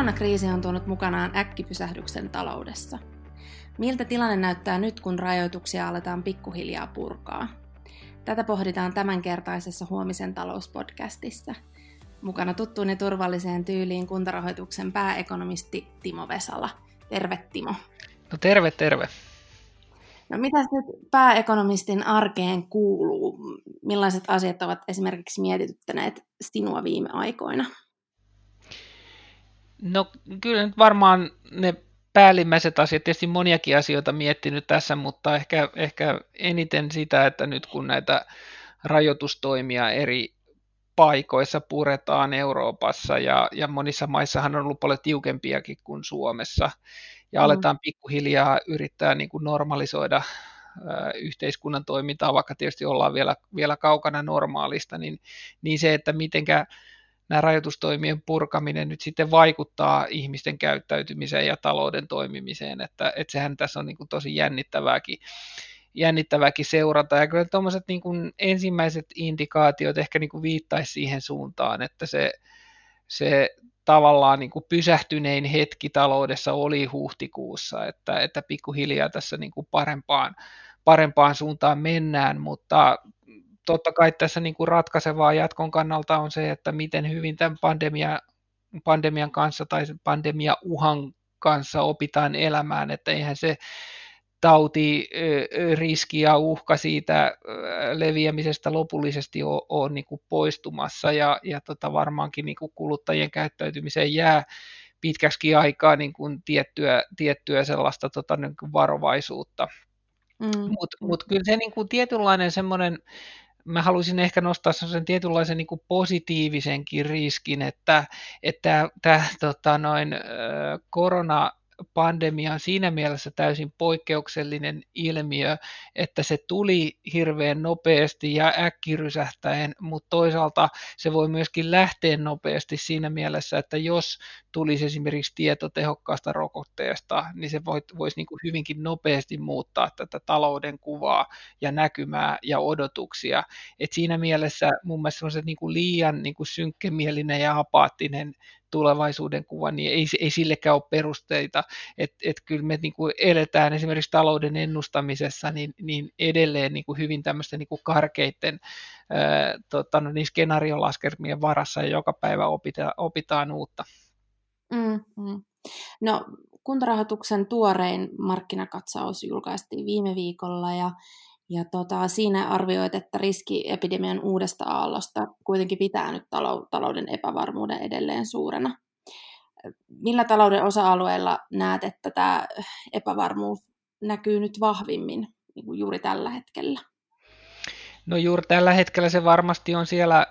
Koronakriisi on tuonut mukanaan äkkipysähdyksen taloudessa. Miltä tilanne näyttää nyt, kun rajoituksia aletaan pikkuhiljaa purkaa? Tätä pohditaan tämänkertaisessa Huomisen talouspodcastissa. Mukana tuttuun ja turvalliseen tyyliin Kuntarahoituksen pääekonomisti Timo Vesala. Terve Timo. No terve. No mitäs nyt pääekonomistin arkeen kuuluu? Millaiset asiat ovat esimerkiksi mietityttäneet sinua viime aikoina? No kyllä nyt varmaan ne päällimmäiset asiat, tietysti moniakin asioita miettinyt tässä, mutta ehkä eniten sitä, että nyt kun näitä rajoitustoimia eri paikoissa puretaan Euroopassa ja monissa maissahan on ollut paljon tiukempiakin kuin Suomessa ja aletaan pikkuhiljaa yrittää niin kuin normalisoida yhteiskunnan toimintaa, vaikka tietysti ollaan vielä kaukana normaalista, niin se, että mitenkä nämä rajoitustoimien purkaminen nyt sitten vaikuttaa ihmisten käyttäytymiseen ja talouden toimimiseen, että sehän tässä on niin kuin tosi jännittävääkin seurata, ja kyllä tuommoiset niin kuin ensimmäiset indikaatiot ehkä niin kuin viittaisi siihen suuntaan, että se tavallaan niin kuin pysähtynein hetki taloudessa oli huhtikuussa, että pikkuhiljaa tässä niin kuin parempaan suuntaan mennään, mutta totta kai tässä niin kuin ratkaisevaa jatkon kannalta on se, että miten hyvin tämän pandemian kanssa tai pandemiauhan kanssa opitaan elämään, että eihän se tautiriski ja uhka siitä leviämisestä lopullisesti ole niin kuin poistumassa ja varmaankin niin kuin kuluttajien käyttäytymiseen jää pitkäksi aikaa niin kuin tiettyä sellaista niin kuin varovaisuutta. Mutta kyllä se niin kuin tietynlainen semmoinen, mä haluaisin ehkä nostaa sellaisen tietynlaisen niin kuin positiivisenkin riskin, että tämä koronapandemia on siinä mielessä täysin poikkeuksellinen ilmiö, että se tuli hirveän nopeasti ja äkkirysähtäen, mutta toisaalta se voi myöskin lähteä nopeasti siinä mielessä, että jos tulisi esimerkiksi tieto tehokkaasta rokotteesta, niin se voisi niin kuin hyvinkin nopeasti muuttaa tätä talouden kuvaa ja näkymää ja odotuksia. Et siinä mielessä mun mielestä sellaiset niin kuin liian niin kuin synkkemielinen ja apaattinen tulevaisuuden kuva, niin ei sillekään ole perusteita, että kyllä me niin kuin eletään esimerkiksi talouden ennustamisessa niin edelleen niin kuin hyvin tämmöisten niin kuin karkeitten niin skenaariolaskelmien varassa ja joka päivä opitaan uutta. No, Kuntarahoituksen tuorein markkinakatsaus julkaistiin viime viikolla ja siinä arvioit, että riski epidemian uudesta aallosta kuitenkin pitää nyt talouden epävarmuuden edelleen suurena. Millä talouden osa-alueilla näet, että tämä epävarmuus näkyy nyt vahvimmin niin kuin juuri tällä hetkellä? No juuri tällä hetkellä se varmasti on siellä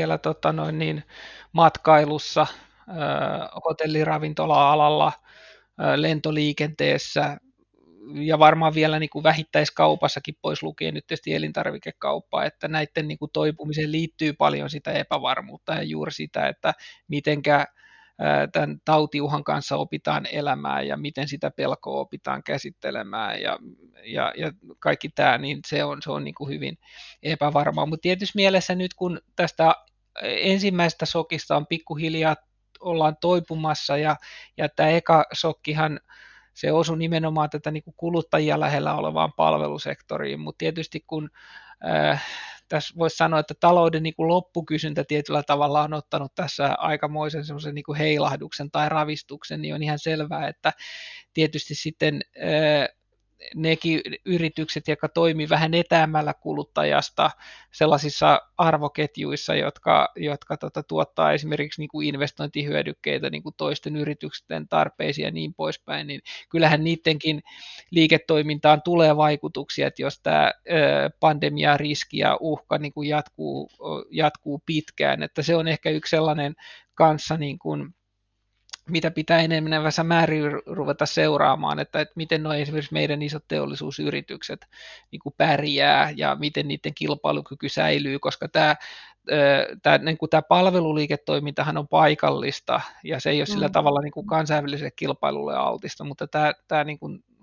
matkailussa, hotelliravintola-alalla, lentoliikenteessä ja varmaan vielä niin kuin vähittäiskaupassakin pois lukien nyt tietysti elintarvikekauppaa, että näiden niin kuin toipumiseen liittyy paljon sitä epävarmuutta ja juuri sitä, että mitenkä tämän tautiuhan kanssa opitaan elämään ja miten sitä pelkoa opitaan käsittelemään ja kaikki tämä, niin se on niin kuin hyvin epävarmaa. Mutta tietysti mielessä nyt kun tästä ensimmäisestä shokista on pikkuhiljaa ollaan toipumassa ja tämä eka shokkihan se osui nimenomaan tätä niin kuin kuluttajia lähellä olevaan palvelusektoriin, mutta tietysti kun tässä voisi sanoa, että talouden niin kuin loppukysyntä tietyllä tavalla on ottanut tässä aikamoisen semmoisen niin kuin heilahduksen tai ravistuksen, niin on ihan selvää, että tietysti sitten nekin yritykset, jotka toimii vähän etäämällä kuluttajasta sellaisissa arvoketjuissa, jotka tuottaa esimerkiksi niin kuin investointihyödykkeitä niin kuin toisten yritysten tarpeisiin ja niin poispäin, niin kyllähän niidenkin liiketoimintaan tulee vaikutuksia, että jos tämä pandemia, riski ja uhka niin kuin jatkuu pitkään, että se on ehkä yksi sellainen kanssa niin kuin mitä pitää enenevässä määrin ruveta seuraamaan, että miten nuo esimerkiksi meidän isot teollisuusyritykset niin kuin pärjää ja miten niiden kilpailukyky säilyy, koska niin kuin tämä palveluliiketoimintahan on paikallista ja se ei ole sillä tavalla niin kuin kansainväliselle kilpailulle altista, mutta tämä niin kuin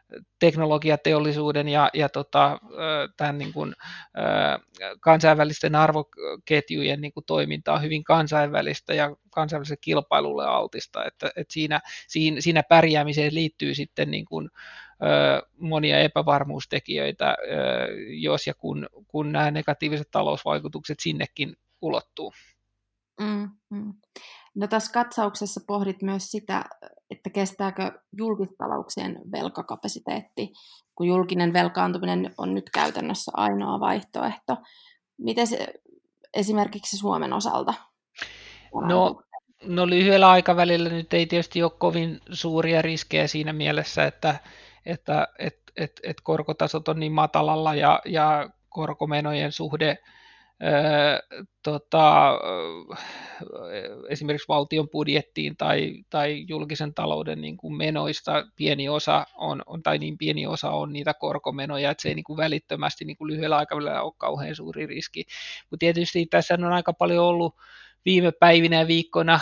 teknologiateollisuuden ja tämän niin kuin, kansainvälisten arvoketjujen niin kuin toiminta on hyvin kansainvälistä ja kansainväliselle kilpailulle altista, että siinä pärjäämiseen liittyy sitten niin kuin, monia epävarmuustekijöitä, jos ja kun nämä negatiiviset talousvaikutukset sinnekin ulottuu. Mm. No tässä katsauksessa pohdit myös sitä, että kestääkö julkistalouksien velkakapasiteetti, kun julkinen velkaantuminen on nyt käytännössä ainoa vaihtoehto. Miten se esimerkiksi Suomen osalta on arvioitu? No lyhyellä aikavälillä nyt ei tietysti ole kovin suuria riskejä siinä mielessä, että korkotasot on niin matalalla ja korkomenojen suhde esimerkiksi valtion budjettiin tai julkisen talouden niin kuin menoista pieni osa on niitä korkomenoja, että se ei niin kuin välittömästi niin kuin lyhyellä aikavälillä ole kauhean suuri riski. Mutta tietysti tässä on aika paljon ollut viime päivinä ja viikkoina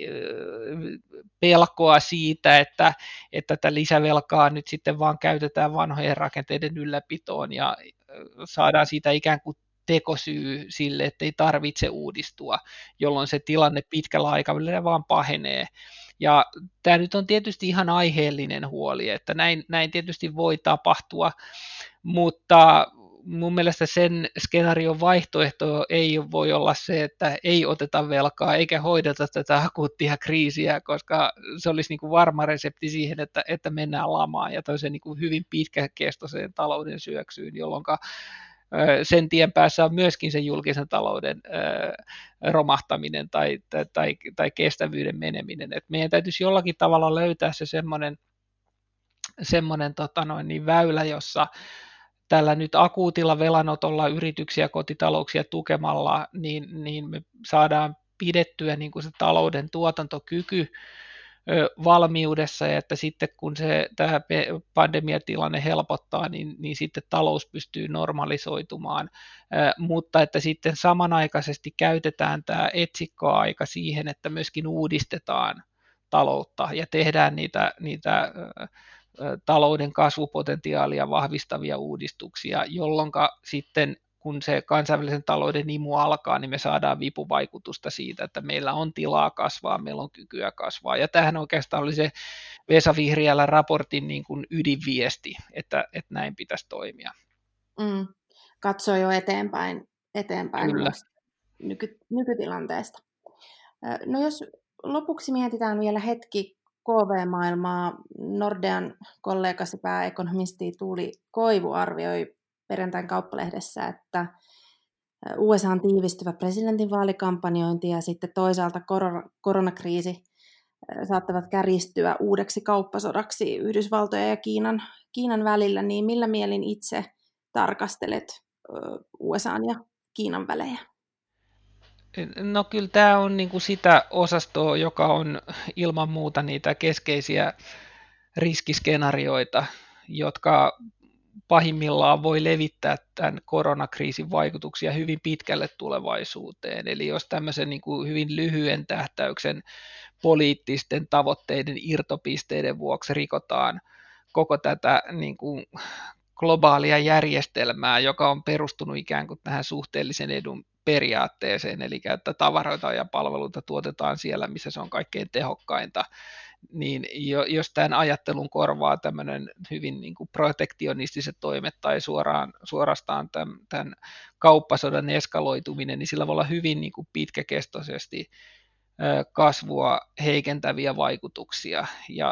pelkoa siitä, että tätä lisävelkaa nyt sitten vaan käytetään vanhojen rakenteiden ylläpitoon ja saadaan siitä ikään kuin tekosyy sille, että ei tarvitse uudistua, jolloin se tilanne pitkällä aikavälillä vaan pahenee. Ja tämä nyt on tietysti ihan aiheellinen huoli, että näin tietysti voi tapahtua, mutta mun mielestä sen skenaarion vaihtoehto ei voi olla se, että ei oteta velkaa eikä hoideta tätä akuuttia kriisiä, koska se olisi niin kuin varma resepti siihen, että mennään lamaan ja toiseen niin kuin hyvin pitkäkestoiseen talouden syöksyyn, jolloin sen tien päässä on myöskin sen julkisen talouden romahtaminen tai kestävyyden meneminen. Et meidän täytyisi jollakin tavalla löytää se semmoinen väylä, jossa tällä nyt akuutilla velanotolla yrityksiä ja kotitalouksia tukemalla, niin me saadaan pidettyä niin kuin se talouden tuotantokyky valmiudessa, ja että sitten kun tämä pandemiatilanne helpottaa, niin sitten talous pystyy normalisoitumaan, mutta että sitten samanaikaisesti käytetään tämä etsikkoaika siihen, että myöskin uudistetaan taloutta ja tehdään niitä talouden kasvupotentiaalia vahvistavia uudistuksia, jolloin sitten kun se kansainvälisen talouden imu alkaa, niin me saadaan vipuvaikutusta siitä, että meillä on tilaa kasvaa, meillä on kykyä kasvaa. Ja tämähän oikeastaan oli se Vesa Vihriälän raportin niin kuin ydinviesti, että näin pitäisi toimia. Katsoo jo eteenpäin Kyllä. myös nykytilanteesta. No jos lopuksi mietitään vielä hetki KV-maailmaa, Nordean kollegasi pääekonomisti Tuuli Koivu arvioi perjantain Kauppalehdessä, että USA:n tiivistyvä presidentinvaalikampanjointi ja sitten toisaalta koronakriisi saattavat kärjistyä uudeksi kauppasodaksi Yhdysvaltojen ja Kiinan välillä, niin millä mielin itse tarkastelet USA:n ja Kiinan välejä? No kyllä tämä on niin kuin sitä osastoa, joka on ilman muuta niitä keskeisiä riskiskenaarioita, jotka pahimmillaan voi levittää tämän koronakriisin vaikutuksia hyvin pitkälle tulevaisuuteen. Eli jos tämmöisen niin kuin hyvin lyhyen tähtäyksen poliittisten tavoitteiden irtopisteiden vuoksi rikotaan koko tätä niin kuin globaalia järjestelmää, joka on perustunut ikään kuin tähän suhteellisen edun periaatteeseen, eli että tavaroita ja palveluita tuotetaan siellä, missä se on kaikkein tehokkainta, niin jos tämän ajattelun korvaa tämmöinen hyvin niin kuin protektionistiset toimet tai suorastaan tämän kauppasodan eskaloituminen, niin sillä voi olla hyvin niin kuin pitkäkestoisesti kasvua heikentäviä vaikutuksia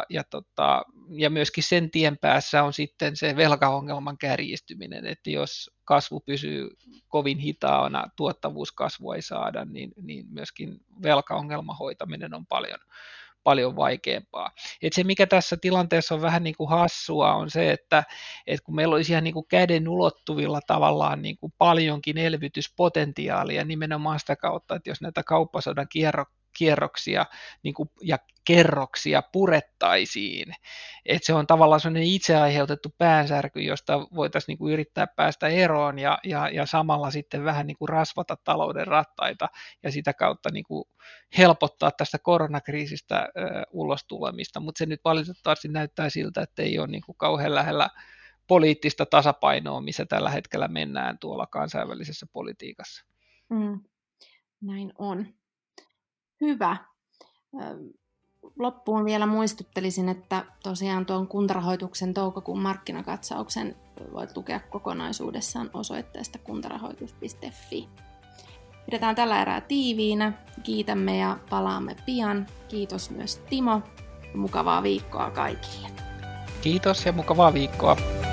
ja myöskin sen tien päässä on sitten se velkaongelman kärjistyminen, että jos kasvu pysyy kovin hitaana, tuottavuuskasvua ei saada, niin myöskin velkaongelman hoitaminen on paljon vaikeampaa. Et se, mikä tässä tilanteessa on vähän niin kuin hassua, on se, että kun meillä olisi ihan niin kuin käden ulottuvilla tavallaan niin kuin paljonkin elvytyspotentiaalia nimenomaan sitä kautta, että jos näitä kauppasodan kierroksia niin kuin, ja kerroksia purettaisiin. Että se on tavallaan sellainen itse aiheutettu päänsärky, josta voitaisiin niin kuin yrittää päästä eroon ja samalla sitten vähän niin kuin rasvata talouden rattaita ja sitä kautta niin kuin helpottaa tästä koronakriisistä ulos tulemista, mutta se nyt valitettavasti näyttää siltä, että ei ole niin kuin kauhean lähellä poliittista tasapainoa, missä tällä hetkellä mennään tuolla kansainvälisessä politiikassa. Näin on. Hyvä. Loppuun vielä muistuttelisin, että tosiaan tuon Kuntarahoituksen toukokuun markkinakatsauksen voit lukea kokonaisuudessaan osoitteesta kuntarahoitus.fi. Pidetään tällä erää tiiviinä. Kiitämme ja palaamme pian. Kiitos myös Timo. Mukavaa viikkoa kaikille. Kiitos ja mukavaa viikkoa.